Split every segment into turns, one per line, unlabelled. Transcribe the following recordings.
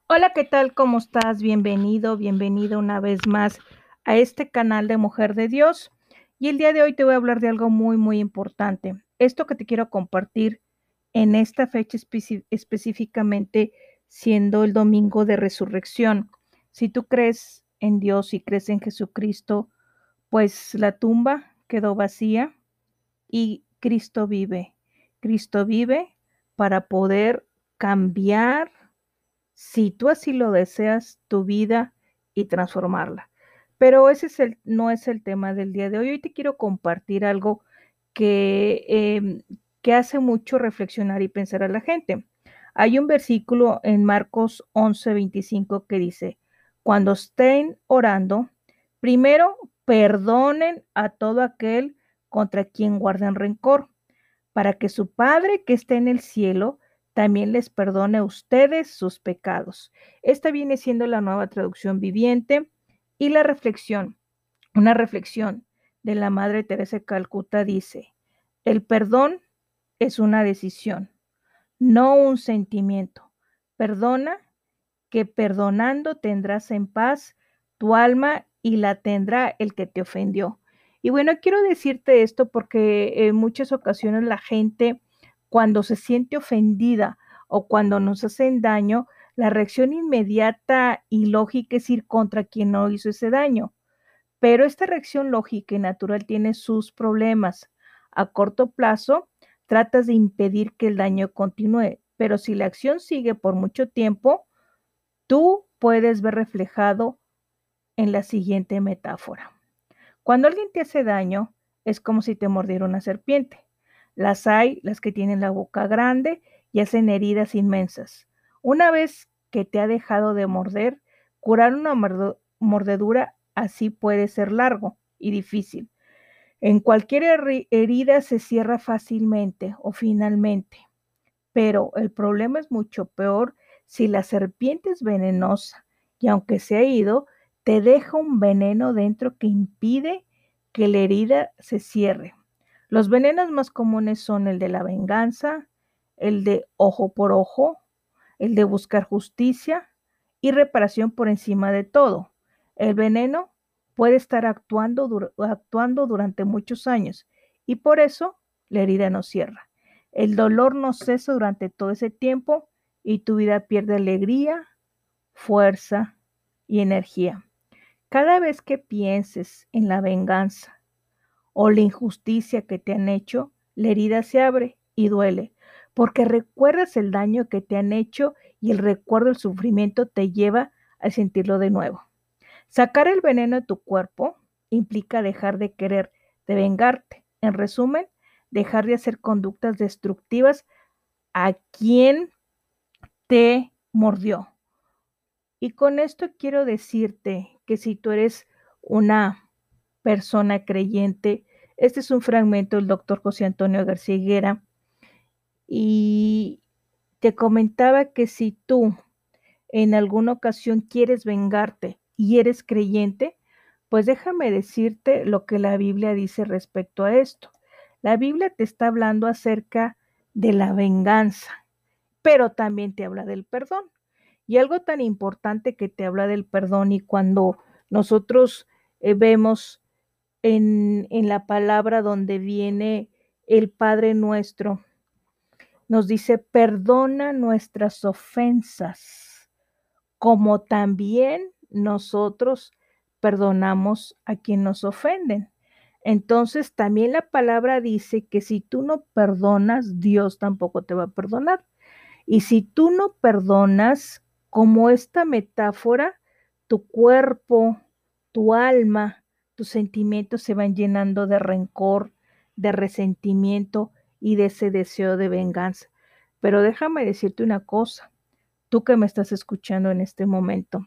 Hola, ¿qué tal? ¿Cómo estás? Bienvenido, bienvenida una vez más a este canal de Mujer de Dios. Y el día de hoy te voy a hablar de algo muy, muy importante. Esto que te quiero compartir en esta fecha específicamente siendo el domingo de resurrección. Si tú crees en Dios y crees en Jesucristo, pues la tumba quedó vacía y Cristo vive. Cristo vive para poder cambiar, si tú así lo deseas, tu vida y transformarla. Pero no es el tema del día de hoy. Hoy te quiero compartir algo que, que hace mucho reflexionar y pensar a la gente. Hay un versículo en Marcos 11:25 que dice, cuando estén orando, primero perdonen a todo aquel contra quien guarden rencor, para que su Padre que está en el cielo también les perdone a ustedes sus pecados. Esta viene siendo la Nueva Traducción Viviente y la reflexión, una reflexión de la Madre Teresa de Calcuta dice, el perdón es una decisión, no un sentimiento. Perdona, que perdonando tendrás en paz tu alma y la tendrá el que te ofendió. Y bueno, quiero decirte esto porque en muchas ocasiones la gente, cuando se siente ofendida o cuando nos hacen daño, la reacción inmediata y lógica es ir contra quien no hizo ese daño. Pero esta reacción lógica y natural tiene sus problemas. A corto plazo, tratas de impedir que el daño continúe, pero si la acción sigue por mucho tiempo, tú puedes ver reflejado en la siguiente metáfora. Cuando alguien te hace daño, es como si te mordiera una serpiente. Las que tienen la boca grande y hacen heridas inmensas. Una vez que te ha dejado de morder, curar una mordedura así puede ser largo y difícil. En cualquier herida se cierra fácilmente o finalmente, pero el problema es mucho peor si la serpiente es venenosa y aunque se ha ido, te deja un veneno dentro que impide que la herida se cierre. Los venenos más comunes son el de la venganza, el de ojo por ojo, el de buscar justicia y reparación por encima de todo. El veneno puede estar actuando durante muchos años y por eso la herida no cierra. El dolor no cesa durante todo ese tiempo y tu vida pierde alegría, fuerza y energía. Cada vez que pienses en la venganza o la injusticia que te han hecho, la herida se abre y duele, porque recuerdas el daño que te han hecho y el recuerdo del sufrimiento te lleva a sentirlo de nuevo. Sacar el veneno de tu cuerpo implica dejar de querer, de vengarte. En resumen, dejar de hacer conductas destructivas a quien te mordió. Y con esto quiero decirte que si tú eres una persona creyente, este es un fragmento del doctor José Antonio García Higuera y te comentaba que si tú en alguna ocasión quieres vengarte y eres creyente, pues déjame decirte lo que la Biblia dice respecto a esto. La Biblia te está hablando acerca de la venganza, pero también te habla del perdón. Y algo tan importante que te habla del perdón y cuando nosotros vemos en la palabra donde viene el Padre nuestro, nos dice, perdona nuestras ofensas, como también nosotros perdonamos a quien nos ofenden. Entonces también la palabra dice que si tú no perdonas, Dios tampoco te va a perdonar. Y si tú no perdonas, como esta metáfora, tu cuerpo, tu alma, tus sentimientos se van llenando de rencor, de resentimiento y de ese deseo de venganza. Pero déjame decirte una cosa, tú que me estás escuchando en este momento,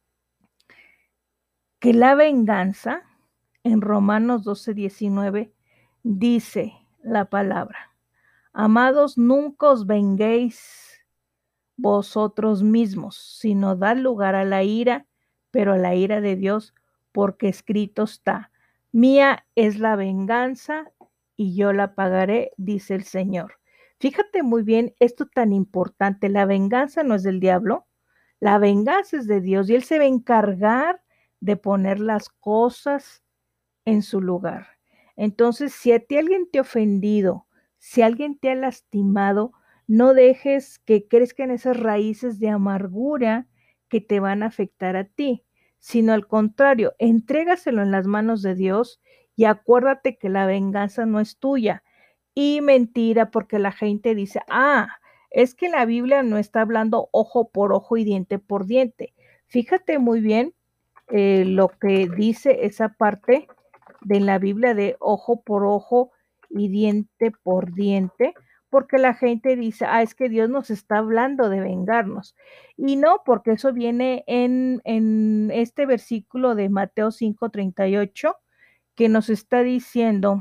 que la venganza, en Romanos 12:19, dice la palabra, amados, nunca os venguéis vosotros mismos, sino dad lugar a la ira, pero a la ira de Dios, porque escrito está, mía es la venganza y yo la pagaré, dice el Señor. Fíjate muy bien esto tan importante, la venganza no es del diablo, La venganza es de Dios y Él se va a encargar de poner las cosas en su lugar. Entonces, si a ti alguien te ha ofendido, si alguien te ha lastimado, no dejes que crezcan esas raíces de amargura que te van a afectar a ti, sino al contrario, entrégaselo en las manos de Dios y acuérdate que la venganza no es tuya. Y mentira, porque la gente dice, es que la Biblia no está hablando ojo por ojo y diente por diente. Fíjate muy bien lo que dice esa parte de la Biblia de ojo por ojo y diente por diente, porque la gente dice, es que Dios nos está hablando de vengarnos. Y no, porque eso viene en este versículo de Mateo 5:38, que nos está diciendo,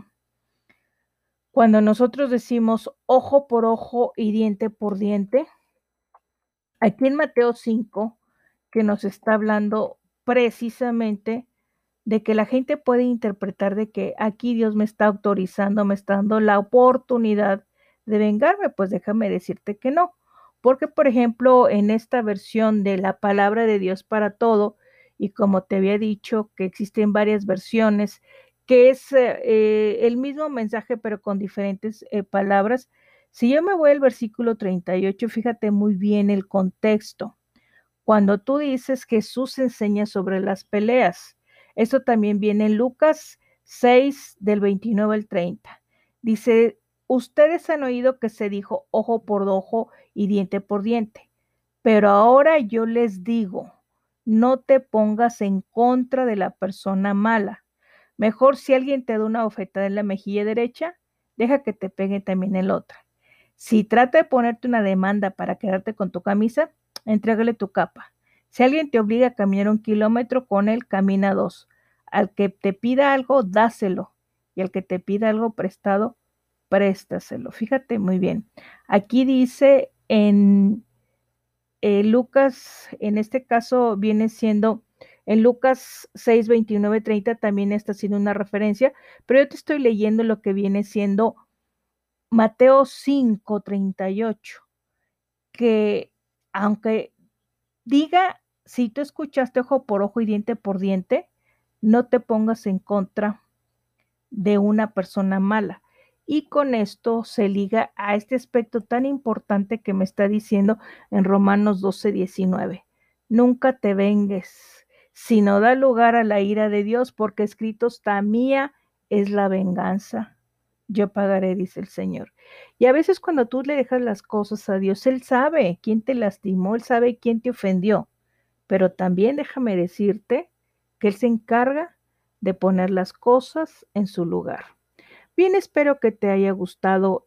cuando nosotros decimos ojo por ojo y diente por diente, aquí en Mateo 5, que nos está hablando precisamente de que la gente puede interpretar de que aquí Dios me está autorizando, me está dando la oportunidad de vengarme, pues déjame decirte que no. Porque, por ejemplo, en esta versión de la palabra de Dios para todo, y como te había dicho que existen varias versiones, que es el mismo mensaje pero con diferentes palabras, si yo me voy al versículo 38, fíjate muy bien el contexto. Cuando tú dices Jesús enseña sobre las peleas, eso también viene en Lucas 6 del 29 al 30. Dice, ustedes han oído que se dijo ojo por ojo y diente por diente, pero ahora yo les digo, no te pongas en contra de la persona mala. Mejor si alguien te da una bofetada en la mejilla derecha, deja que te pegue también en la otra. Si trata de ponerte una demanda para quedarte con tu camisa, entrégale tu capa. Si alguien te obliga a caminar 1 kilómetro, con él camina 2. Al que te pida algo, dáselo. Y al que te pida algo prestado, préstaselo. Fíjate muy bien. Aquí dice en Lucas, en este caso viene siendo, en Lucas 6, 29, 30 también está haciendo una referencia, pero yo te estoy leyendo lo que viene siendo Mateo 5, 38, que aunque diga, si tú escuchaste ojo por ojo y diente por diente, no te pongas en contra de una persona mala. Y con esto se liga a este aspecto tan importante que me está diciendo en Romanos 12, 19. Nunca te vengues, sino da lugar a la ira de Dios, porque escrito está, mía es la venganza, yo pagaré, dice el Señor. Y a veces cuando tú le dejas las cosas a Dios, Él sabe quién te lastimó, Él sabe quién te ofendió, pero también déjame decirte que Él se encarga de poner las cosas en su lugar. Bien, espero que te haya gustado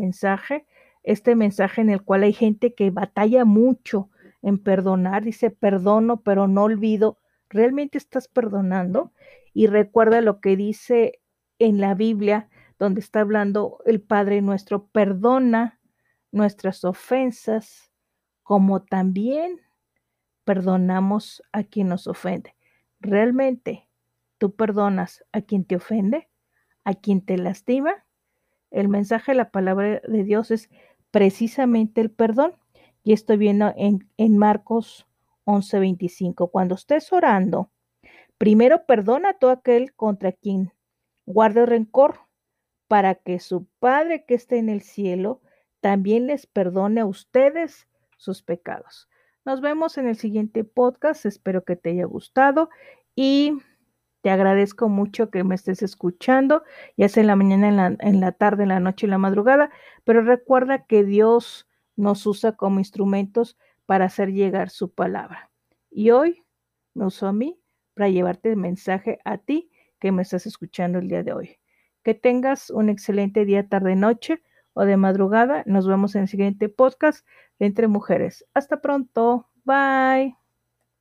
este mensaje en el cual hay gente que batalla mucho en perdonar, dice perdono, pero no olvido. ¿Realmente estás perdonando? Y recuerda lo que dice en la Biblia, donde está hablando el Padre nuestro, perdona nuestras ofensas, como también perdonamos a quien nos ofende. ¿Realmente tú perdonas a quien te ofende? ¿A quien te lastima? El mensaje de la palabra de Dios es precisamente el perdón. Y estoy viendo en Marcos 11:25. Cuando estés orando, primero perdona a todo aquel contra quien guarde rencor, para que su Padre que está en el cielo también les perdone a ustedes sus pecados. Nos vemos en el siguiente podcast. Espero que te haya gustado y te agradezco mucho que me estés escuchando, ya sea en la mañana, en la tarde, en la noche, en la madrugada, pero recuerda que Dios nos usa como instrumentos para hacer llegar su palabra. Y hoy me usó a mí para llevarte el mensaje a ti que me estás escuchando el día de hoy. Que tengas un excelente día, tarde, noche o de madrugada. Nos vemos en el siguiente podcast de Entre Mujeres. Hasta pronto. Bye.